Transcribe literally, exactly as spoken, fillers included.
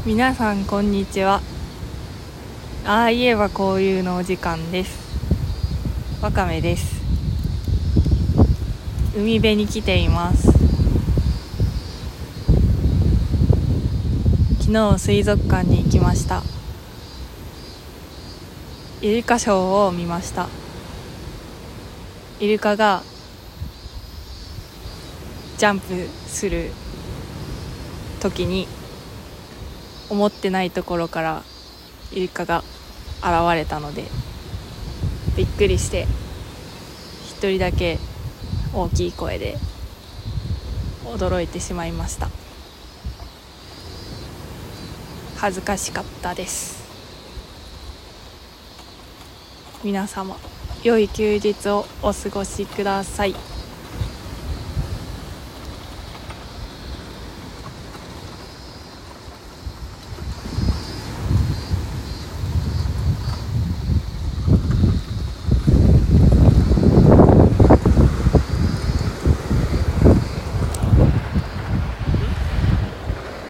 皆さんこんにちは。ああ言えばこういうのお時間です。わかめです。海辺に来ています。昨日水族館に行きました。イルカショーを見ました。イルカがジャンプする時に思ってないところからイルカが現れたのでびっくりして一人だけ大きい声で驚いてしまいました。恥ずかしかったです。皆様良い休日をお過ごしください。